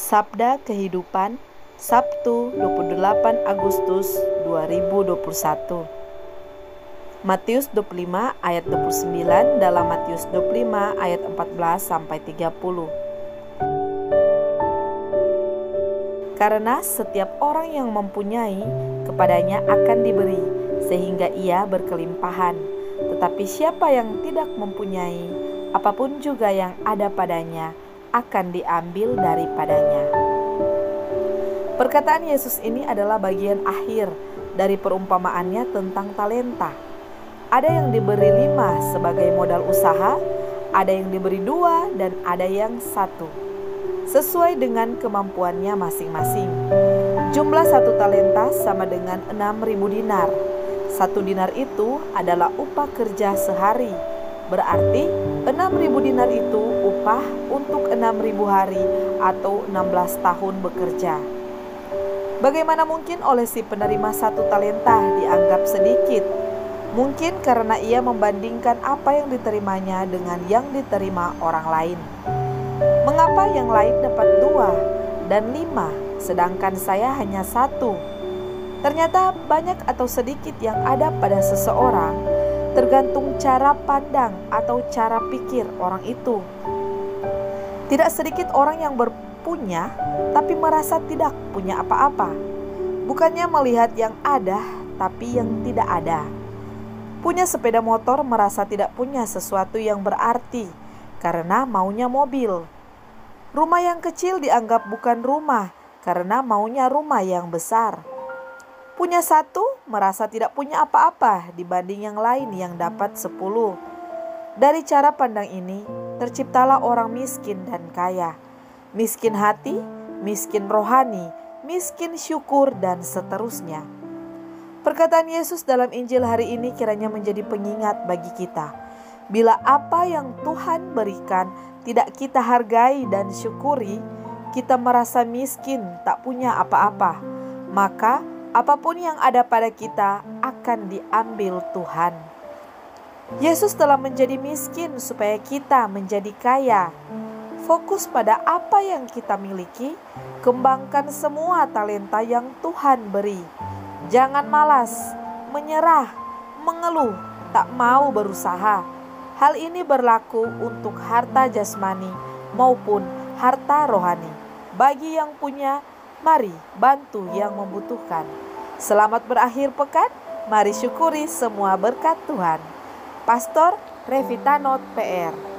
Sabda Kehidupan, Sabtu 28 Agustus 2021. Matius 25 ayat 29 dalam Matius 25 ayat 14 sampai 30. Karena setiap orang yang mempunyai, kepadanya akan diberi, sehingga ia berkelimpahan. Tetapi siapa yang tidak mempunyai, apapun juga yang ada padanya, akan diambil daripadanya. Perkataan Yesus ini adalah bagian akhir dari perumpamaannya tentang talenta. Ada yang diberi 5 sebagai modal usaha, ada yang diberi 2 dan ada yang 1, sesuai dengan kemampuannya masing-masing. Jumlah 1 talenta sama dengan 6.000 dinar. 1 dinar itu adalah upah kerja sehari. Berarti 6.000 dinar itu upah untuk 6.000 hari atau 16 tahun bekerja. Bagaimana mungkin oleh si penerima 1 talenta dianggap sedikit? Mungkin karena ia membandingkan apa yang diterimanya dengan yang diterima orang lain. Mengapa yang lain dapat 2 dan 5, sedangkan saya hanya 1? Ternyata banyak atau sedikit yang ada pada seseorang tergantung cara pandang atau cara pikir orang itu. Tidak sedikit orang yang berpunya tapi merasa tidak punya apa-apa. Bukannya melihat yang ada tapi yang tidak ada. Punya sepeda motor merasa tidak punya sesuatu yang berarti karena maunya mobil. Rumah yang kecil dianggap bukan rumah karena maunya rumah yang besar. Punya 1 merasa tidak punya apa-apa dibanding yang lain yang dapat 10. Dari cara pandang ini terciptalah orang miskin dan kaya, miskin hati, miskin rohani, miskin syukur, dan seterusnya. Perkataan Yesus dalam Injil hari ini kiranya menjadi pengingat bagi kita. Bila apa yang Tuhan berikan tidak kita hargai dan syukuri, kita merasa miskin, tak punya apa-apa, maka apapun yang ada pada kita akan diambil Tuhan. Yesus telah menjadi miskin supaya kita menjadi kaya. Fokus pada apa yang kita miliki, kembangkan semua talenta yang Tuhan beri. Jangan malas, menyerah, mengeluh, tak mau berusaha. Hal ini berlaku untuk harta jasmani maupun harta rohani. Bagi yang punya, mari bantu yang membutuhkan. Selamat berakhir pekan, mari syukuri semua berkat Tuhan. Pastor Revitanot PR.